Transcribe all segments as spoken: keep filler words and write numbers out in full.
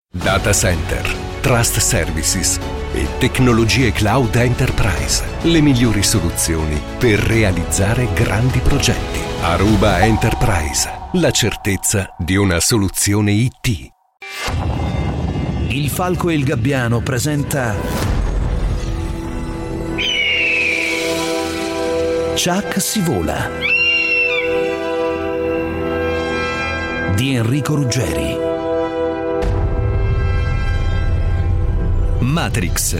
Data center, trust services e tecnologie cloud enterprise. Le migliori soluzioni per realizzare grandi progetti. Aruba Enterprise, la certezza di una soluzione I T. Il Falco e il Gabbiano presenta Chuck si vola di Enrico Ruggeri. Matrix.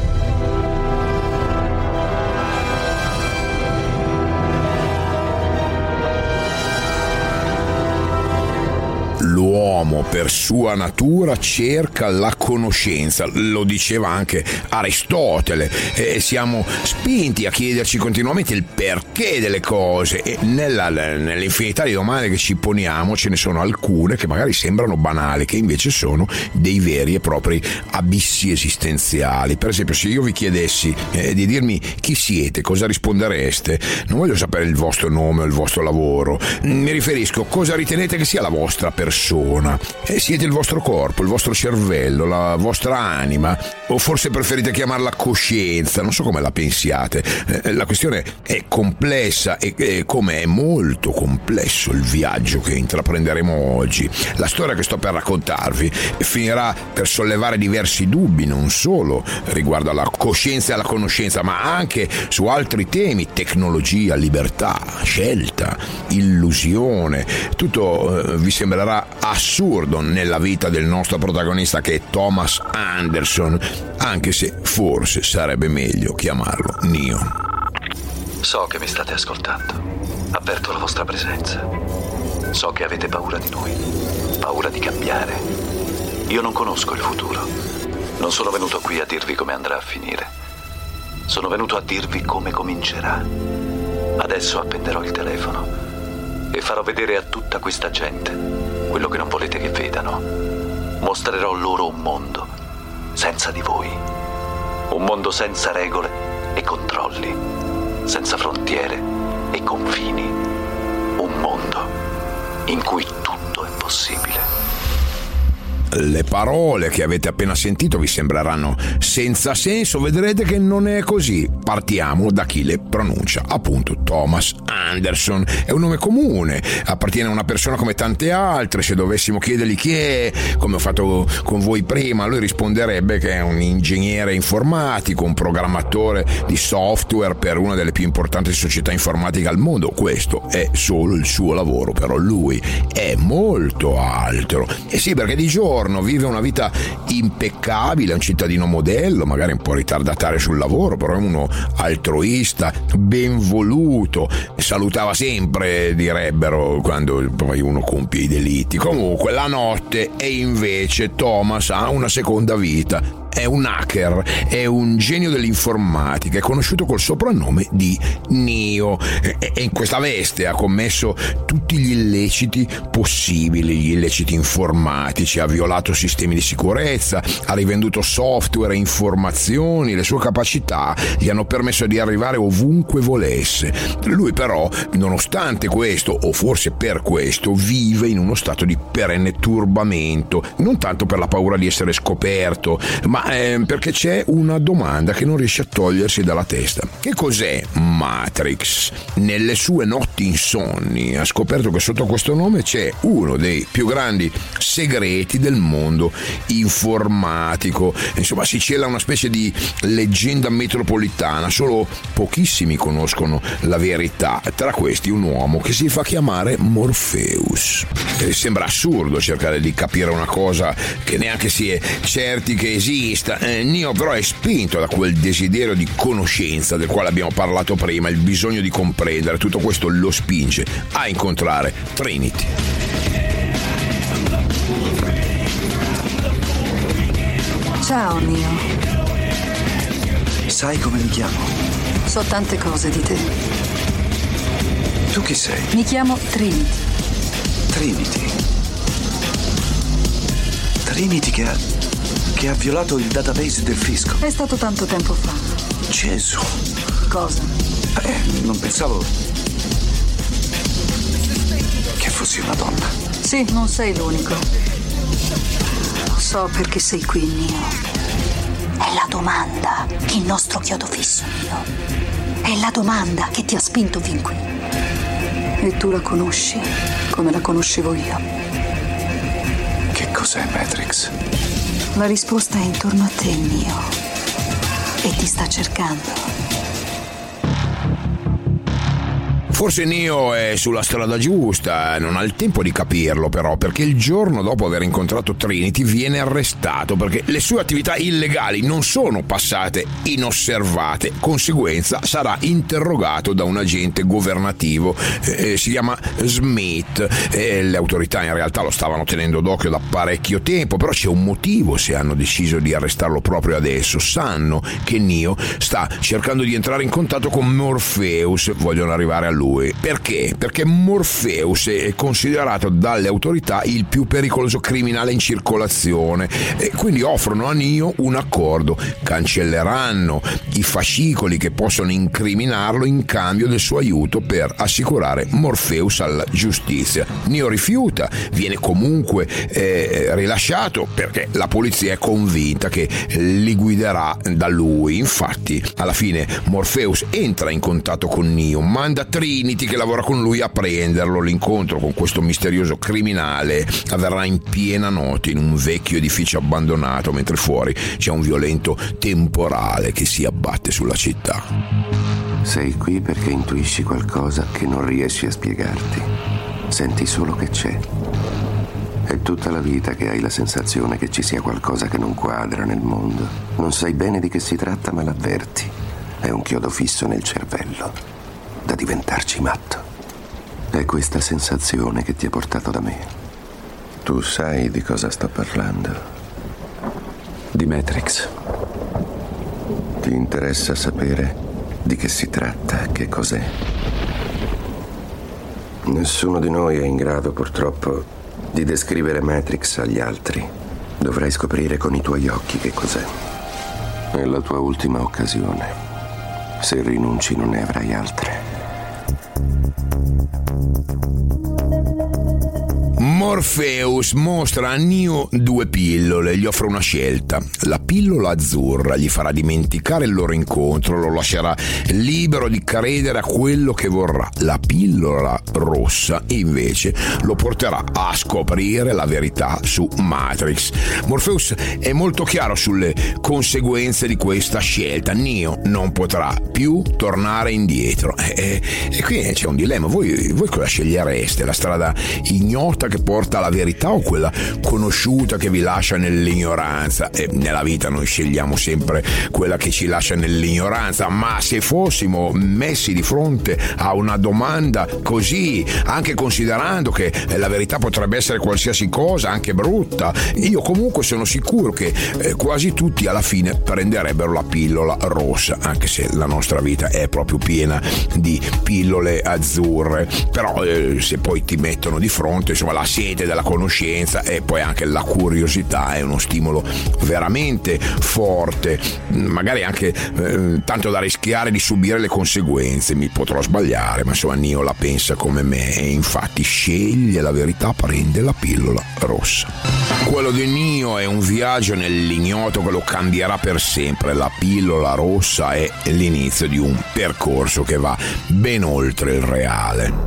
L'uomo per sua natura cerca la conoscenza, lo diceva anche Aristotele, e siamo spinti a chiederci continuamente il perché delle cose, e nella, nell'infinità di domande che ci poniamo ce ne sono alcune che magari sembrano banali, che invece sono dei veri e propri abissi esistenziali. Per esempio, se io vi chiedessi eh, di dirmi chi siete, cosa rispondereste? Non voglio sapere il vostro nome o il vostro lavoro, mi riferisco cosa ritenete che sia la vostra persona. Eh, siete il vostro corpo, il vostro cervello, la vostra anima, o forse preferite chiamarla coscienza, non so come la pensiate. Eh, la questione è complessa e, e come è molto complesso il viaggio che intraprenderemo oggi. La storia che sto per raccontarvi finirà per sollevare diversi dubbi, non solo riguardo alla coscienza e alla conoscenza, ma anche su altri temi: tecnologia, libertà, scelta, illusione. Tutto eh, vi sembrerà assurdo nella vita del nostro protagonista, che è Thomas Anderson, anche se forse sarebbe meglio chiamarlo Neo. So che mi state ascoltando. Avverto la vostra presenza. So che avete paura di noi, paura di cambiare. Io non conosco il futuro. Non sono venuto qui a dirvi come andrà a finire. Sono venuto a dirvi come comincerà. Adesso appenderò il telefono e farò vedere a tutta questa gente quello che non volete che vedano. Mostrerò loro un mondo senza di voi. Un mondo senza regole e controlli, senza frontiere e confini. Un mondo in cui tutto è possibile. Le parole che avete appena sentito vi sembreranno senza senso, vedrete che non è così. Partiamo da chi le pronuncia, appunto Thomas Anderson. È un nome comune, appartiene a una persona come tante altre. Se dovessimo chiedergli chi è, come ho fatto con voi prima, lui risponderebbe che è un ingegnere informatico, un programmatore di software per una delle più importanti società informatiche al mondo. Questo è solo il suo lavoro, però lui è molto altro. E sì, perché di giorno vive una vita impeccabile, è un cittadino modello, magari un po' ritardatario sul lavoro, però è uno altruista, ben voluto, salutava sempre, direbbero, quando poi uno compie i delitti. Comunque la notte, e invece Thomas ha una seconda vita. È un hacker, è un genio dell'informatica, è conosciuto col soprannome di Neo, e in questa veste ha commesso tutti gli illeciti possibili, gli illeciti informatici, ha violato sistemi di sicurezza, ha rivenduto software e informazioni. Le sue capacità gli hanno permesso di arrivare ovunque volesse. Lui però, nonostante questo, o forse per questo, vive in uno stato di perenne turbamento, non tanto per la paura di essere scoperto, ma eh, perché c'è una domanda che non riesce a togliersi dalla testa. Che cos'è Matrix? Nelle sue notti insonni ha scoperto che sotto questo nome c'è uno dei più grandi segreti del mondo informatico. Insomma, si cela una specie di leggenda metropolitana. Solo pochissimi conoscono la verità, tra questi un uomo che si fa chiamare Morpheus. Eh, sembra assurdo cercare di capire una cosa che neanche si è certi che esista. Eh, Neo però è spinto da quel desiderio di conoscenza del quale abbiamo parlato prima, il bisogno di comprendere. Tutto questo lo spinge a incontrare Trinity. Ciao Neo. Sai come mi chiamo? So tante cose di te. Tu chi sei? Mi chiamo Trinity. Trinity. Trinity che ha... che ha violato il database del fisco. È stato tanto tempo fa. Gesù. Cosa? Eh, non pensavo che fossi una donna. Sì, non sei l'unico. So perché sei qui, Neo. È la domanda che il nostro chiodo fisso, Neo. È la domanda che ti ha spinto fin qui. E tu la conosci come la conoscevo io. Che cos'è Matrix? La risposta è intorno a te, Neo. E ti sta cercando. Forse Neo è sulla strada giusta, non ha il tempo di capirlo però, perché il giorno dopo aver incontrato Trinity viene arrestato perché le sue attività illegali non sono passate inosservate, conseguenza sarà interrogato da un agente governativo, eh, si chiama Smith, e le autorità in realtà lo stavano tenendo d'occhio da parecchio tempo, però c'è un motivo se hanno deciso di arrestarlo proprio adesso. Sanno che Neo sta cercando di entrare in contatto con Morpheus, vogliono arrivare a lui. Perché? Perché Morpheus è considerato dalle autorità il più pericoloso criminale in circolazione e quindi offrono a Neo un accordo: cancelleranno i fascicoli che possono incriminarlo in cambio del suo aiuto per assicurare Morpheus alla giustizia. Neo rifiuta, viene comunque eh, rilasciato perché la polizia è convinta che li guiderà da lui. Infatti alla fine Morpheus entra in contatto con Neo, manda Trinity che lavora con lui a prenderlo. L'incontro con questo misterioso criminale avverrà in piena notte in un vecchio edificio abbandonato, mentre fuori c'è un violento temporale che si abbatte sulla città. Sei qui perché intuisci qualcosa che non riesci a spiegarti. Senti solo che c'è. È tutta la vita che hai la sensazione che ci sia qualcosa che non quadra nel mondo. Non sai bene di che si tratta, ma l'avverti. È un chiodo fisso nel cervello, da diventarci matto. È questa sensazione che ti ha portato da me. Tu sai di cosa sto parlando? Di Matrix. Ti interessa sapere di che si tratta, che cos'è? Nessuno di noi è in grado, purtroppo, di descrivere Matrix agli altri. Dovrai scoprire con i tuoi occhi che cos'è. È la tua ultima occasione. Se rinunci non ne avrai altre. Morpheus mostra a Neo due pillole, gli offre una scelta. La pillola azzurra gli farà dimenticare il loro incontro, lo lascerà libero di credere a quello che vorrà. La pillola rossa invece lo porterà a scoprire la verità su Matrix. Morpheus è molto chiaro sulle conseguenze di questa scelta. Neo non potrà più tornare indietro e, e qui c'è un dilemma. Voi, voi cosa scegliereste? La strada ignota che porta alla verità o quella conosciuta che vi lascia nell'ignoranza? E nella vita noi scegliamo sempre quella che ci lascia nell'ignoranza, ma se fossimo messi di fronte a una domanda così, anche considerando che la verità potrebbe essere qualsiasi cosa, anche brutta, io comunque sono sicuro che eh, quasi tutti alla fine prenderebbero la pillola rossa, anche se la nostra vita è proprio piena di pillole azzurre. Però eh, se poi ti mettono di fronte, insomma, la sete della conoscenza e poi anche la curiosità è uno stimolo veramente forte, magari anche eh, tanto da rischiare di subire le conseguenze. Mi potrò sbagliare, ma insomma Neo la pensa come me e infatti sceglie la verità, prende la pillola rossa. Quello di Neo è un viaggio nell'ignoto che lo cambierà per sempre. La pillola rossa è l'inizio di un percorso che va ben oltre il reale.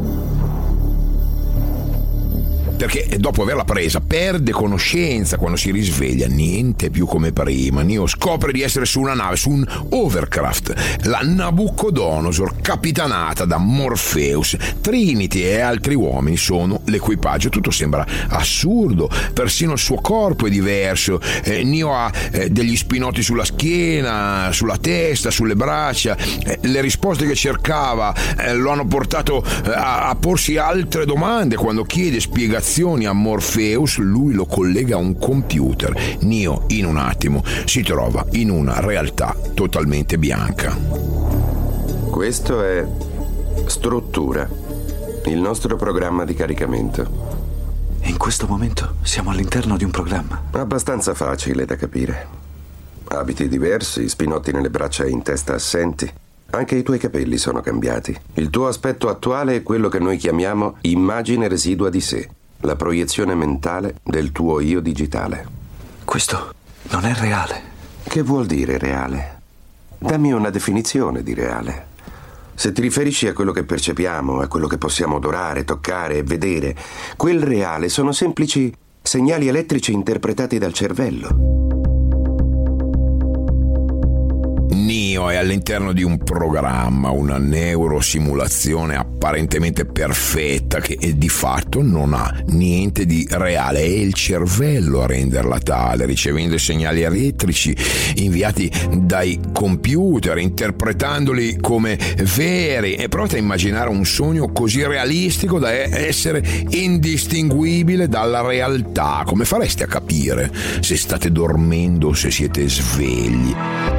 Perché dopo averla presa perde conoscenza quando si risveglia, niente più come prima. Neo scopre di essere su una nave, su un Overcraft, la Nabucodonosor, capitanata da Morpheus. Trinity e altri uomini sono l'equipaggio. Tutto sembra assurdo, persino il suo corpo è diverso. eh, Neo ha eh, degli spinotti sulla schiena, sulla testa, sulle braccia. eh, le risposte che cercava eh, lo hanno portato eh, a, a porsi altre domande. Quando chiede spiegazioni a Morpheus, lui lo collega a un computer. Neo in un attimo si trova in una realtà totalmente bianca. Questo è Struttura, il nostro programma di caricamento. In questo momento siamo all'interno di un programma Abbastanza facile da capire. Abiti diversi, spinotti nelle braccia e in testa assenti. Anche i tuoi capelli sono cambiati. Il tuo aspetto attuale è quello che noi chiamiamo immagine residua di sé, la proiezione mentale del tuo io digitale. Questo non è reale. Che vuol dire reale? Dammi una definizione di reale. Se ti riferisci a quello che percepiamo, a quello che possiamo odorare, toccare e vedere, quel reale sono semplici segnali elettrici interpretati dal cervello. Neo è all'interno di un programma, una neurosimulazione apparentemente perfetta che di fatto non ha niente di reale. È il cervello a renderla tale, ricevendo i segnali elettrici inviati dai computer, interpretandoli come veri. E provate a immaginare un sogno così realistico da essere indistinguibile dalla realtà. Come fareste a capire se state dormendo o se siete svegli?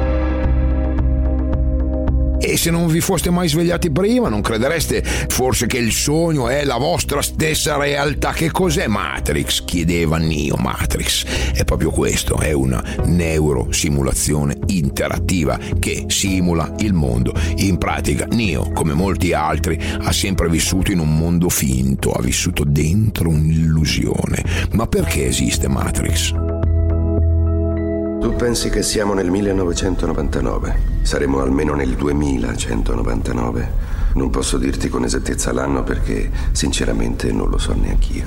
E se non vi foste mai svegliati prima, non credereste forse che il sogno è la vostra stessa realtà? Che cos'è Matrix? Chiedeva Neo. Matrix è proprio questo, è una neurosimulazione interattiva che simula il mondo. In pratica Neo, come molti altri, ha sempre vissuto in un mondo finto, ha vissuto dentro un'illusione. Ma perché esiste Matrix? Tu pensi che siamo nel millenovecentonovantanove? Saremo almeno nel duemilacentonovantanove. Non posso dirti con esattezza l'anno perché, sinceramente, non lo so neanch'io.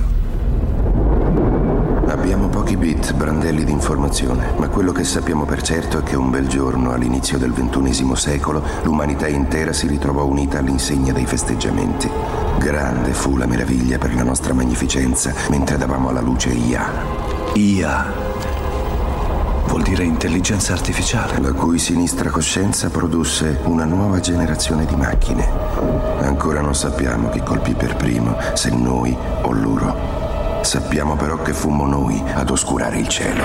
Abbiamo pochi bit, brandelli di informazione, ma quello che sappiamo per certo è che un bel giorno, all'inizio del ventunesimo secolo, l'umanità intera si ritrovò unita all'insegna dei festeggiamenti. Grande fu la meraviglia per la nostra magnificenza mentre davamo alla luce I A. I A vuol dire intelligenza artificiale, la cui sinistra coscienza produsse una nuova generazione di macchine. Ancora non sappiamo chi colpì per primo, se noi o loro. Sappiamo però che fummo noi ad oscurare il cielo.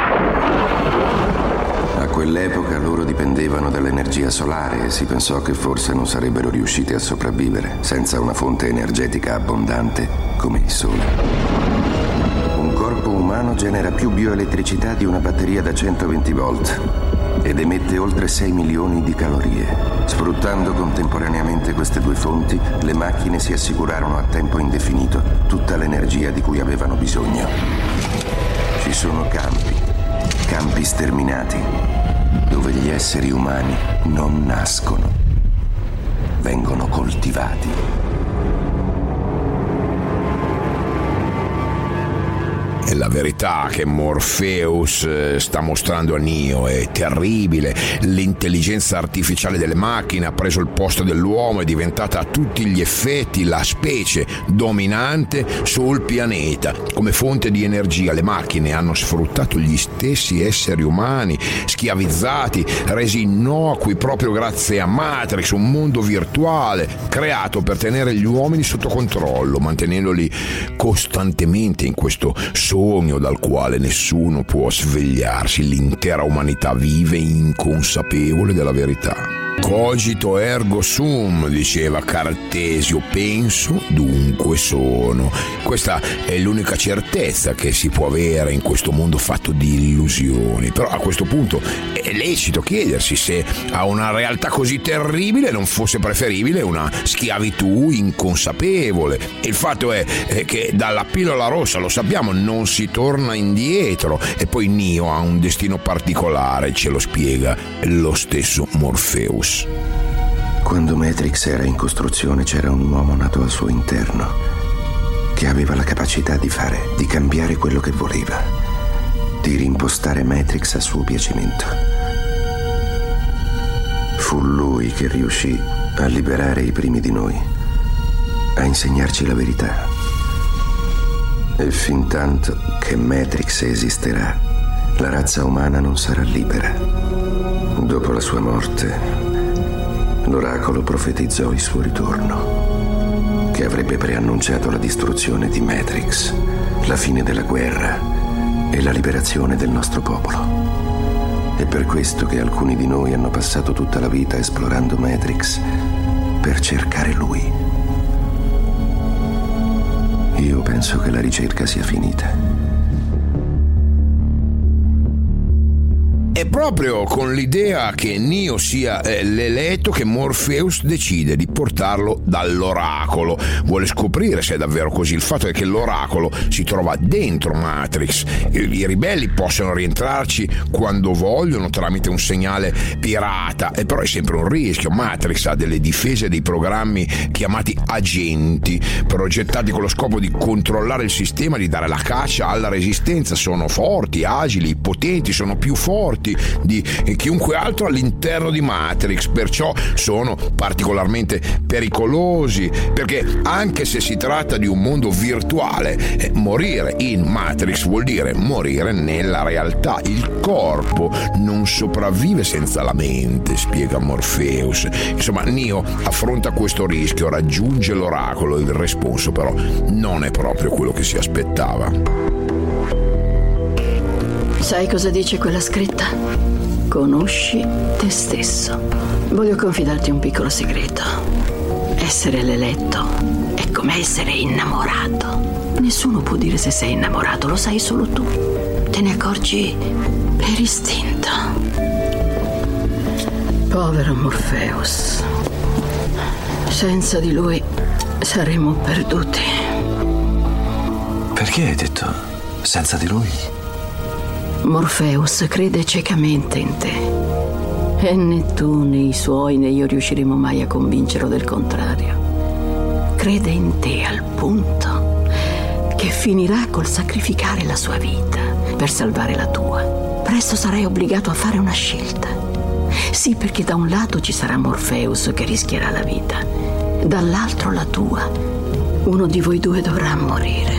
A quell'epoca loro dipendevano dall'energia solare e si pensò che forse non sarebbero riusciti a sopravvivere senza una fonte energetica abbondante come il sole. Un corpo umano genera più bioelettricità di una batteria da centoventi volt ed emette oltre sei milioni di calorie. Sfruttando contemporaneamente queste due fonti, le macchine si assicurarono a tempo indefinito tutta l'energia di cui avevano bisogno. Ci sono campi, campi sterminati, dove gli esseri umani non nascono, vengono coltivati. E la verità che Morpheus sta mostrando a Neo è terribile. L'intelligenza artificiale delle macchine ha preso il posto dell'uomo, è diventata a tutti gli effetti la specie dominante sul pianeta. Come fonte di energia le macchine hanno sfruttato gli stessi esseri umani, schiavizzati, resi innocui proprio grazie a Matrix, un mondo virtuale creato per tenere gli uomini sotto controllo, mantenendoli costantemente in questo sogno dal quale nessuno può svegliarsi. L'intera umanità vive inconsapevole della verità. Cogito ergo sum, diceva Cartesio, penso, dunque sono. Questa è l'unica certezza che si può avere in questo mondo fatto di illusioni. Però a questo punto è lecito chiedersi se a una realtà così terribile non fosse preferibile una schiavitù inconsapevole. Il fatto è che dalla pillola rossa, lo sappiamo, non si torna indietro, e poi Neo ha un destino particolare, ce lo spiega lo stesso Morpheus. Quando Matrix era in costruzione c'era un uomo nato al suo interno che aveva la capacità di fare, di cambiare quello che voleva, di rimpostare Matrix a suo piacimento. Fu lui che riuscì a liberare i primi di noi, a insegnarci la verità. E fin tanto che Matrix esisterà, la razza umana non sarà libera. Dopo la sua morte, l'oracolo profetizzò il suo ritorno, che avrebbe preannunciato la distruzione di Matrix, la fine della guerra e la liberazione del nostro popolo. È per questo che alcuni di noi hanno passato tutta la vita esplorando Matrix per cercare lui. Io penso che la ricerca sia finita. È proprio con l'idea che Neo sia eh, l'eletto che Morpheus decide di portarlo dall'oracolo. Vuole scoprire se è davvero così. Il fatto è che l'oracolo si trova dentro Matrix. I, i ribelli possono rientrarci quando vogliono tramite un segnale pirata, e però è sempre un rischio. Matrix ha delle difese, dei programmi chiamati agenti, progettati con lo scopo di controllare il sistema, di dare la caccia alla resistenza. Sono forti, agili, potenti, sono più forti di chiunque altro all'interno di Matrix, perciò sono particolarmente pericolosi, perché anche se si tratta di un mondo virtuale, eh, morire in Matrix vuol dire morire nella realtà. Il corpo non sopravvive senza la mente, spiega Morpheus. Insomma, Neo affronta questo rischio, raggiunge l'oracolo. Il responso però non è proprio quello che si aspettava. Sai cosa dice quella scritta? Conosci te stesso. Voglio confidarti un piccolo segreto. Essere l'eletto è come essere innamorato. Nessuno può dire se sei innamorato, lo sai solo tu. Te ne accorgi per istinto. Povero Morpheus. Senza di lui saremmo perduti. Perché hai detto senza di lui? Morpheus crede ciecamente in te. E né tu né i suoi né io riusciremo mai a convincerlo del contrario. Crede in te al punto che finirà col sacrificare la sua vita per salvare la tua. Presto sarai obbligato a fare una scelta. Sì, perché da un lato ci sarà Morpheus che rischierà la vita, dall'altro la tua. Uno di voi due dovrà morire.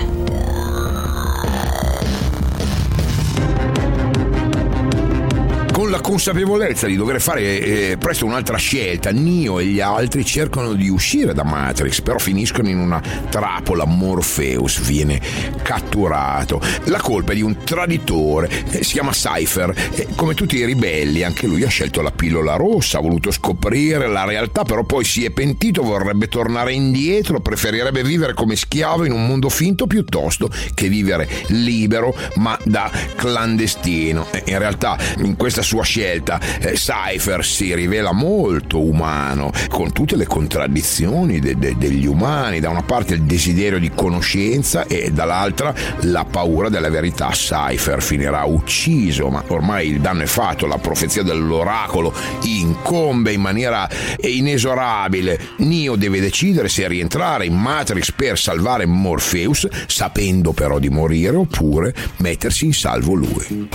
Con la consapevolezza di dover fare eh, presto un'altra scelta, Neo e gli altri cercano di uscire da Matrix, però finiscono in una trappola. Morpheus viene catturato. La colpa è di un traditore, eh, si chiama Cypher. Eh, come tutti i ribelli, anche lui ha scelto la pillola rossa, ha voluto scoprire la realtà, però poi si è pentito, vorrebbe tornare indietro, preferirebbe vivere come schiavo in un mondo finto piuttosto che vivere libero ma da clandestino. Eh, in realtà, in questa sua scelta, eh, Cypher si rivela molto umano, con tutte le contraddizioni de- de- degli umani. Da una parte il desiderio di conoscenza e dall'altra la paura della verità. Cypher finirà ucciso, ma ormai il danno è fatto, la profezia dell'oracolo incombe in maniera inesorabile. Neo deve decidere se rientrare in Matrix per salvare Morpheus, sapendo però di morire, oppure mettersi in salvo lui.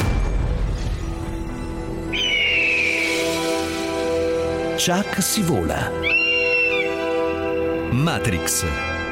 Chuck si vola. Matrix.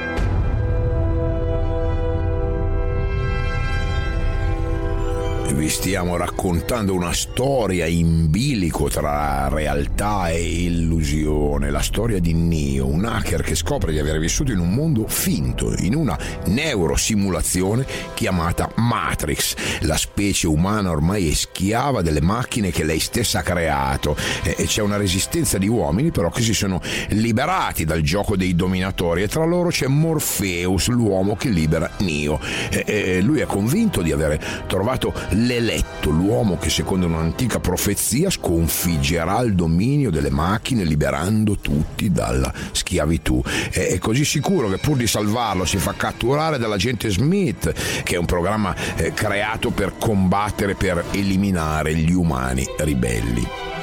Vi stiamo raccontando una storia in bilico tra realtà e illusione, la storia di Neo, un hacker che scopre di aver vissuto in un mondo finto, in una neurosimulazione chiamata Matrix. La specie umana ormai è schiava delle macchine che lei stessa ha creato, e c'è una resistenza di uomini però che si sono liberati dal gioco dei dominatori, e tra loro c'è Morpheus, l'uomo che libera Neo. E, e lui è convinto di aver trovato l'eletto, l'uomo che secondo un'antica profezia sconfiggerà il dominio delle macchine liberando tutti dalla schiavitù. È così sicuro che pur di salvarlo si fa catturare dall'agente Smith, che è un programma eh, creato per combattere, per eliminare gli umani ribelli.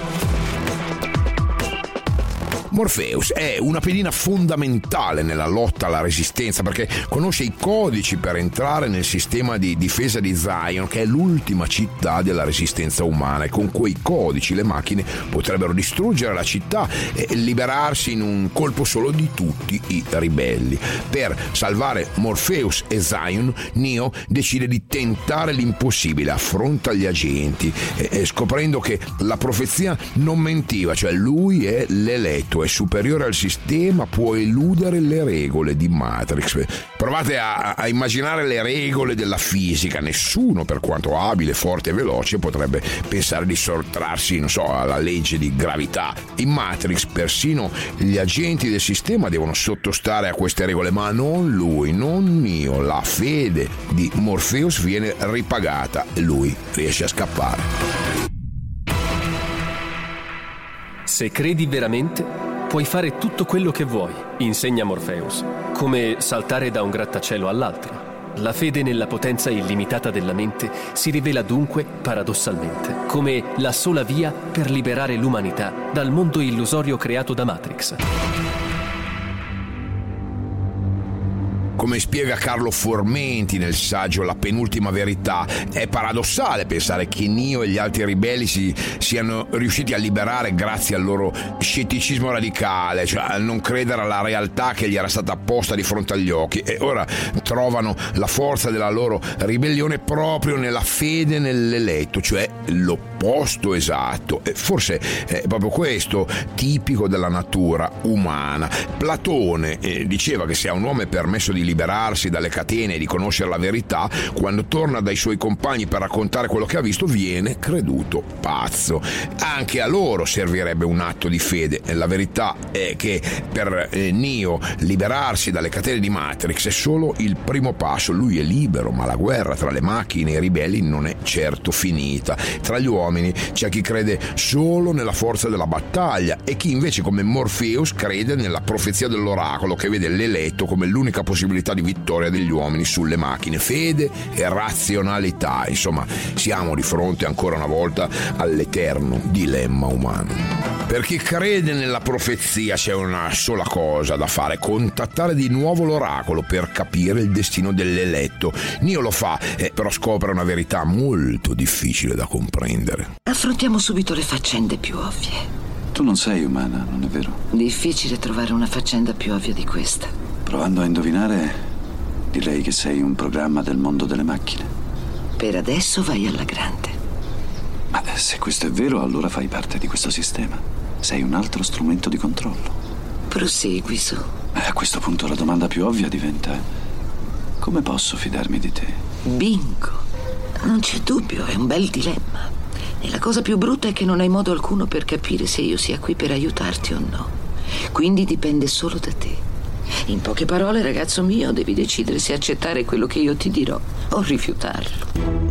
Morpheus è una pedina fondamentale nella lotta alla resistenza, perché conosce i codici per entrare nel sistema di difesa di Zion, che è l'ultima città della resistenza umana, e con quei codici le macchine potrebbero distruggere la città e liberarsi in un colpo solo di tutti i ribelli. Per salvare Morpheus e Zion, Neo decide di tentare l'impossibile, affronta gli agenti e, e scoprendo che la profezia non mentiva, cioè lui è l'eletto, è superiore al sistema, può eludere le regole di Matrix. Provate a, a immaginare le regole della fisica. Nessuno, per quanto abile, forte e veloce, potrebbe pensare di sottrarsi, non so, alla legge di gravità. In Matrix persino gli agenti del sistema devono sottostare a queste regole, ma non lui, non Neo. La fede di Morpheus viene ripagata e lui riesce a scappare. Se credi veramente, puoi fare tutto quello che vuoi, insegna Morpheus, come saltare da un grattacielo all'altro. La fede nella potenza illimitata della mente si rivela dunque, paradossalmente, come la sola via per liberare l'umanità dal mondo illusorio creato da Matrix. Come spiega Carlo Formenti nel saggio La penultima verità, è paradossale pensare che Neo e gli altri ribelli si siano riusciti a liberare grazie al loro scetticismo radicale, cioè a non credere alla realtà che gli era stata posta di fronte agli occhi, e ora trovano la forza della loro ribellione proprio nella fede nell'eletto, cioè l'opposto esatto. E forse è proprio questo tipico della natura umana. Platone eh, diceva che se a un uomo è permesso di liberarsi dalle catene e di conoscere la verità, quando torna dai suoi compagni per raccontare quello che ha visto viene creduto pazzo. Anche a loro servirebbe un atto di fede. La verità è che per eh, Neo liberarsi dalle catene di Matrix è solo il primo passo. Lui è libero, ma la guerra tra le macchine e i ribelli non è certo finita. Tra gli uomini c'è chi crede solo nella forza della battaglia e chi invece, come Morpheus, crede nella profezia dell'oracolo che vede l'eletto come l'unica possibilità di vittoria degli uomini sulle macchine. Fede e razionalità, insomma, siamo di fronte ancora una volta all'eterno dilemma umano. Per chi crede nella profezia c'è una sola cosa da fare: contattare di nuovo l'oracolo per capire il destino dell'eletto. Neo lo fa, eh, però scopre una verità molto difficile da comprendere. Affrontiamo subito le faccende più ovvie. Tu non sei umana, non è vero? Difficile trovare una faccenda più ovvia di questa. Provando a indovinare, direi che sei un programma del mondo delle macchine. Per adesso vai alla grande. Ma se questo è vero, allora fai parte di questo sistema. Sei un altro strumento di controllo. Prosegui su. E a questo punto la domanda più ovvia diventa: come posso fidarmi di te? Bingo. Non c'è dubbio, è un bel dilemma. E la cosa più brutta è che non hai modo alcuno per capire se io sia qui per aiutarti o no. Quindi dipende solo da te. In poche parole, ragazzo mio, devi decidere se accettare quello che io ti dirò o rifiutarlo.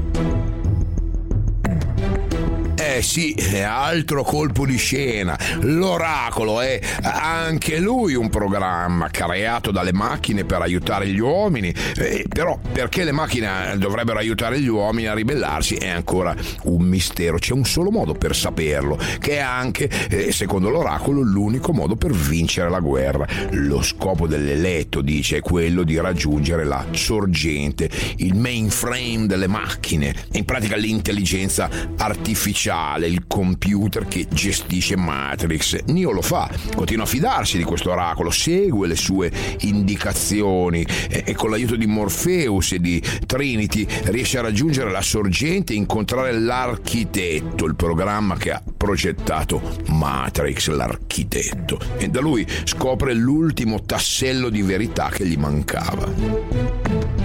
Eh sì, è altro colpo di scena. L'oracolo è anche lui un programma creato dalle macchine per aiutare gli uomini, eh, però perché le macchine dovrebbero aiutare gli uomini a ribellarsi è ancora un mistero. C'è un solo modo per saperlo, che è anche, eh, secondo l'oracolo, l'unico modo per vincere la guerra. Lo scopo dell'eletto, dice, è quello di raggiungere la sorgente, il mainframe delle macchine, in pratica l'intelligenza artificiale, il computer che gestisce Matrix. Neo lo fa, continua a fidarsi di questo oracolo, segue le sue indicazioni e, e con l'aiuto di Morpheus e di Trinity riesce a raggiungere la sorgente e incontrare l'architetto, il programma che ha progettato Matrix, l'architetto, e da lui scopre l'ultimo tassello di verità che gli mancava.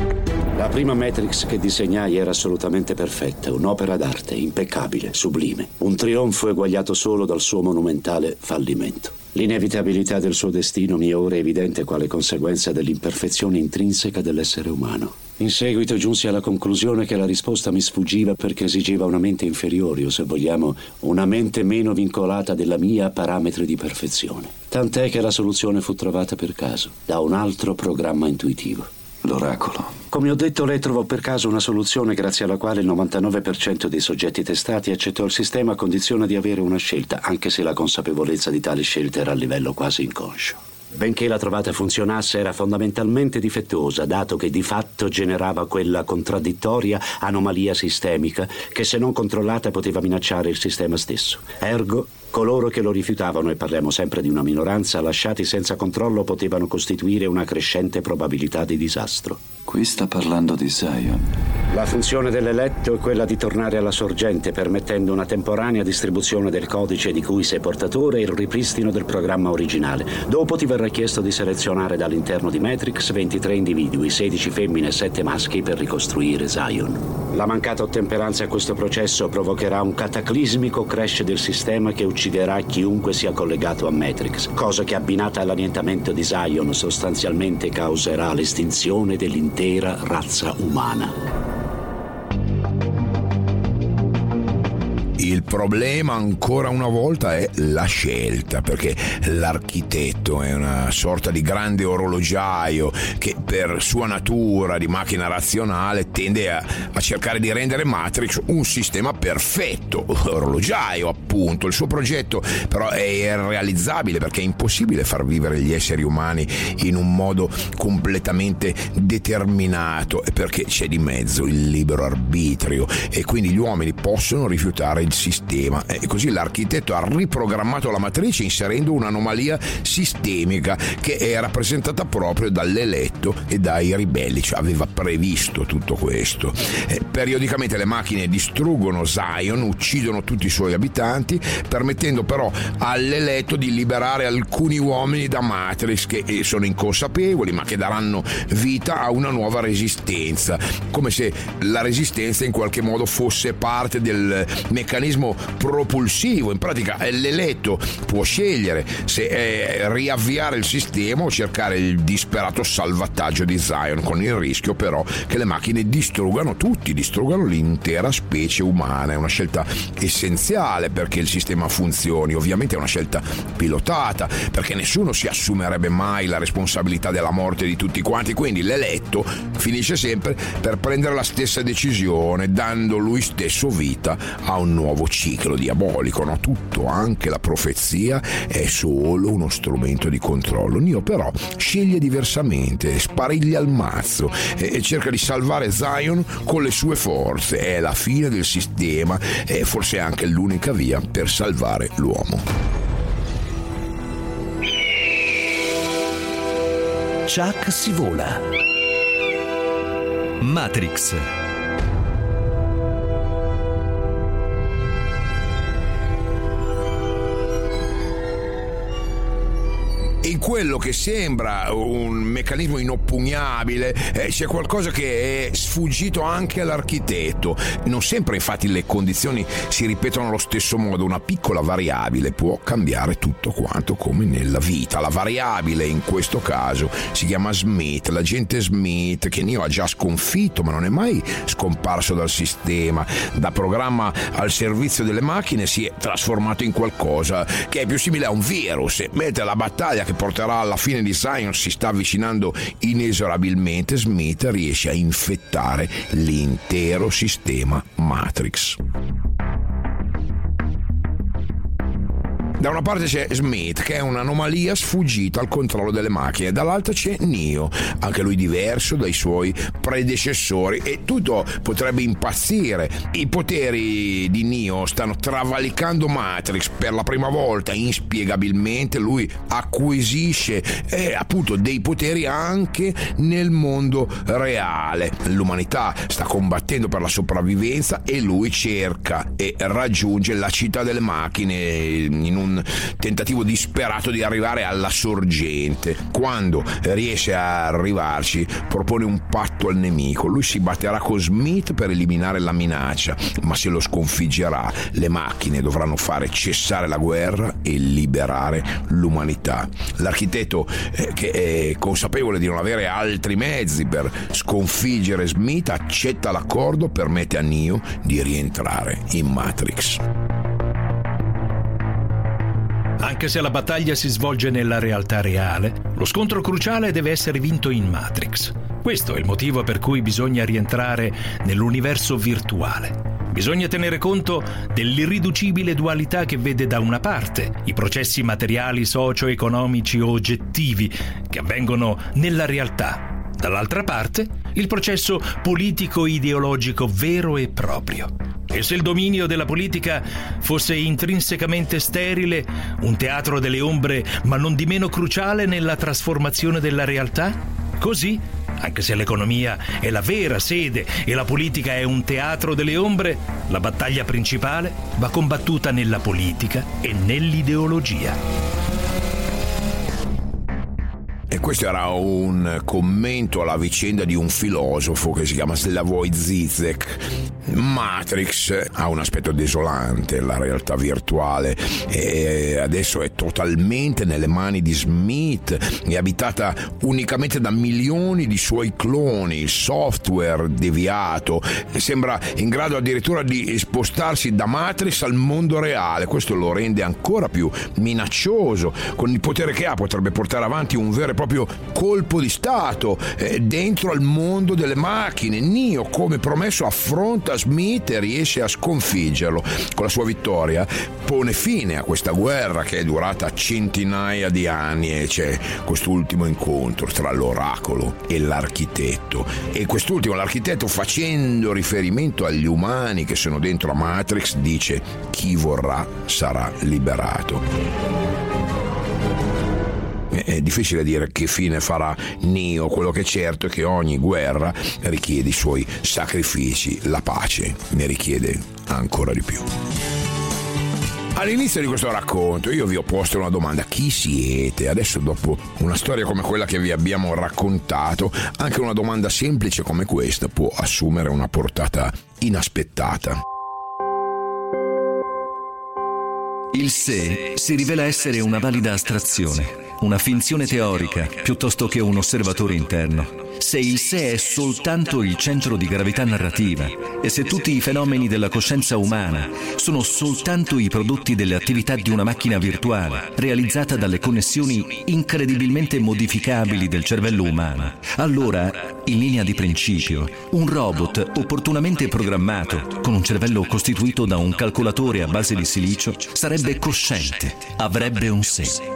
La prima Matrix che disegnai era assolutamente perfetta, un'opera d'arte, impeccabile, sublime, un trionfo eguagliato solo dal suo monumentale fallimento. L'inevitabilità del suo destino mi è ora evidente quale conseguenza dell'imperfezione intrinseca dell'essere umano. In seguito giunsi alla conclusione che la risposta mi sfuggiva perché esigeva una mente inferiore, o se vogliamo, una mente meno vincolata della mia a parametri di perfezione. Tant'è che la soluzione fu trovata per caso, da un altro programma intuitivo. L'oracolo. Come ho detto, lei trovò per caso una soluzione grazie alla quale il novantanove per cento dei soggetti testati accettò il sistema a condizione di avere una scelta, anche se la consapevolezza di tale scelta era a livello quasi inconscio. Benché la trovata funzionasse, era fondamentalmente difettosa, dato che di fatto generava quella contraddittoria anomalia sistemica che, se non controllata, poteva minacciare il sistema stesso. Ergo, coloro che lo rifiutavano, e parliamo sempre di una minoranza, lasciati senza controllo, potevano costituire una crescente probabilità di disastro. Qui sta parlando di Zion. La funzione dell'eletto è quella di tornare alla sorgente, permettendo una temporanea distribuzione del codice di cui sei portatore e il ripristino del programma originale. Dopo ti verrà chiesto di selezionare dall'interno di Matrix ventitré individui, sedici femmine e sette maschi, per ricostruire Zion. La mancata ottemperanza a questo processo provocherà un cataclismico crash del sistema che ucciderà chiunque sia collegato a Matrix, cosa che, abbinata all'annientamento di Zion, sostanzialmente causerà l'estinzione dell'intera razza umana. Il problema ancora una volta è la scelta, perché l'architetto è una sorta di grande orologiaio che per sua natura di macchina razionale tende a, a cercare di rendere Matrix un sistema perfetto, orologiaio appunto. Il suo progetto però è irrealizzabile perché è impossibile far vivere gli esseri umani in un modo completamente determinato, perché c'è di mezzo il libero arbitrio e quindi gli uomini possono rifiutare il sistema, e così l'architetto ha riprogrammato la matrice inserendo un'anomalia sistemica che è rappresentata proprio dall'eletto e dai ribelli, cioè aveva previsto tutto questo. Eh, periodicamente le macchine distruggono Zion, uccidono tutti i suoi abitanti, permettendo però all'eletto di liberare alcuni uomini da Matrix che sono inconsapevoli ma che daranno vita a una nuova resistenza, come se la resistenza in qualche modo fosse parte del meccanismo propulsivo. In pratica l'eletto può scegliere se eh, riavviare il sistema o cercare il disperato salvataggio di Zion, con il rischio però che le macchine distruggano tutti, distruggano l'intera specie umana. È una scelta essenziale perché il sistema funzioni, ovviamente è una scelta pilotata perché nessuno si assumerebbe mai la responsabilità della morte di tutti quanti, quindi l'eletto finisce sempre per prendere la stessa decisione, dando lui stesso vita a un nuovo ciclo diabolico. No? Tutto, anche la profezia, è solo uno strumento di controllo. Neo però sceglie diversamente, spariglia al mazzo e cerca di salvare Zion con le sue forze. È la fine del sistema e forse anche l'unica via per salvare l'uomo. Chuck si vola. Matrix. In quello che sembra un meccanismo inoppugnabile eh, c'è qualcosa che è sfuggito anche all'architetto. Non sempre infatti le condizioni si ripetono allo stesso modo. Una piccola variabile può cambiare tutto quanto, come nella vita. La variabile in questo caso si chiama Smith, l'agente Smith, che Neo ha già sconfitto ma non è mai scomparso dal sistema. Da programma al servizio delle macchine si è trasformato in qualcosa che è più simile a un virus, mentre la battaglia che porterà alla fine di Zion si sta avvicinando inesorabilmente. Smith riesce a infettare l'intero sistema Matrix. Da una parte c'è Smith, che è un'anomalia sfuggita al controllo delle macchine, dall'altra c'è Neo, anche lui diverso dai suoi predecessori, e tutto potrebbe impazzire. I poteri di Neo stanno travalicando Matrix per la prima volta, inspiegabilmente lui acquisisce eh, appunto dei poteri anche nel mondo reale. L'umanità sta combattendo per la sopravvivenza e lui cerca e raggiunge la città delle macchine in un tentativo disperato di arrivare alla sorgente. Quando riesce a arrivarci propone un patto al nemico. Lui si batterà con Smith per eliminare la minaccia, ma se lo sconfiggerà le macchine dovranno fare cessare la guerra e liberare l'umanità. L'architetto eh, che è consapevole di non avere altri mezzi per sconfiggere Smith accetta l'accordo, permette a Neo di rientrare in Matrix. Anche se la battaglia si svolge nella realtà reale, lo scontro cruciale deve essere vinto in Matrix. Questo è il motivo per cui bisogna rientrare nell'universo virtuale. Bisogna tenere conto dell'irriducibile dualità che vede da una parte i processi materiali, socio-economici o oggettivi che avvengono nella realtà, dall'altra parte il processo politico-ideologico vero e proprio. E se il dominio della politica fosse intrinsecamente sterile, un teatro delle ombre, ma non di meno cruciale nella trasformazione della realtà? Così, anche se l'economia è la vera sede e la politica è un teatro delle ombre, la battaglia principale va combattuta nella politica e nell'ideologia. E questo era un commento alla vicenda di un filosofo che si chiama Slavoj Zizek. Matrix ha un aspetto desolante, la realtà virtuale e adesso è totalmente nelle mani di Smith, è abitata unicamente da milioni di suoi cloni, il software deviato sembra in grado addirittura di spostarsi da Matrix al mondo reale. Questo lo rende ancora più minaccioso. Con il potere che ha potrebbe portare avanti un vero e proprio colpo di stato eh, dentro al mondo delle macchine. Neo, come promesso, affronta Smith e riesce a sconfiggerlo. Con la sua vittoria pone fine a questa guerra che è durata centinaia di anni e c'è quest'ultimo incontro tra l'oracolo e l'architetto. E quest'ultimo, l'architetto, facendo riferimento agli umani che sono dentro a Matrix, dice: chi vorrà sarà liberato. È difficile dire che fine farà Neo, quello che è certo è che ogni guerra richiede i suoi sacrifici, la pace ne richiede ancora di più. All'inizio di questo racconto io vi ho posto una domanda: chi siete? Adesso, dopo una storia come quella che vi abbiamo raccontato, anche una domanda semplice come questa può assumere una portata inaspettata. Il sé si rivela essere una valida astrazione, una finzione teorica piuttosto che un osservatore interno. Se il sé è soltanto il centro di gravità narrativa e se tutti i fenomeni della coscienza umana sono soltanto i prodotti delle attività di una macchina virtuale realizzata dalle connessioni incredibilmente modificabili del cervello umano, allora, in linea di principio, un robot opportunamente programmato con un cervello costituito da un calcolatore a base di silicio sarebbe cosciente, avrebbe un sé.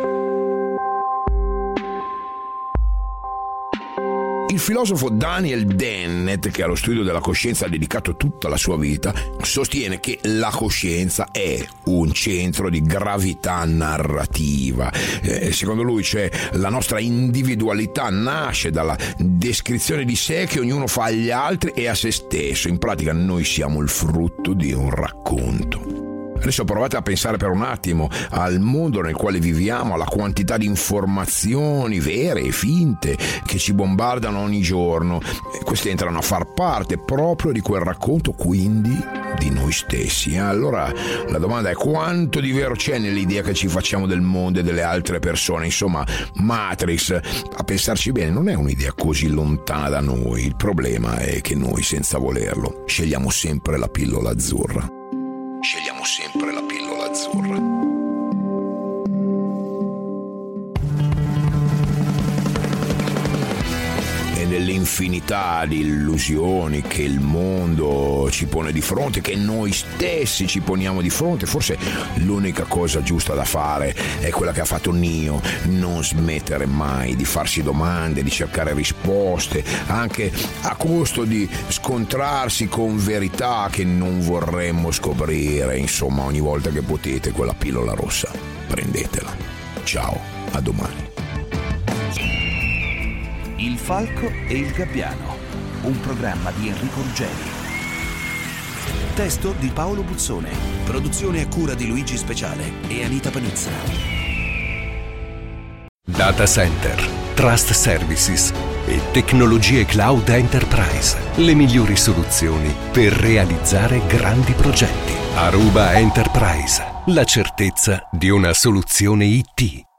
Il filosofo Daniel Dennett, che allo studio della coscienza ha dedicato tutta la sua vita, sostiene che la coscienza è un centro di gravità narrativa. Eh, secondo lui, cioè, la nostra individualità nasce dalla descrizione di sé che ognuno fa agli altri e a se stesso. In pratica noi siamo il frutto di un racconto. Adesso provate a pensare per un attimo al mondo nel quale viviamo, alla quantità di informazioni vere e finte che ci bombardano ogni giorno. E queste entrano a far parte proprio di quel racconto, quindi di noi stessi. Allora la domanda è: quanto di vero c'è nell'idea che ci facciamo del mondo e delle altre persone? Insomma, Matrix, a pensarci bene, non è un'idea così lontana da noi. Il problema è che noi, senza volerlo, scegliamo sempre la pillola azzurra. Scegliamo sempre la pillola azzurra. E nell'infinità di illusioni che il mondo ci pone di fronte, che noi stessi ci poniamo di fronte, forse l'unica cosa giusta da fare è quella che ha fatto Neo: non smettere mai di farsi domande, di cercare risposte, anche a costo di scontrarsi con verità che non vorremmo scoprire. Insomma, ogni volta che potete quella pillola rossa, prendetela. Ciao, a domani. Il falco e il gabbiano, un programma di Enrico Ruggeri. Testo di Paolo Buzzone, produzione a cura di Luigi Speciale e Anita Panizza. Data Center, Trust Services e tecnologie cloud enterprise. Le migliori soluzioni per realizzare grandi progetti. Aruba Enterprise, la certezza di una soluzione I T.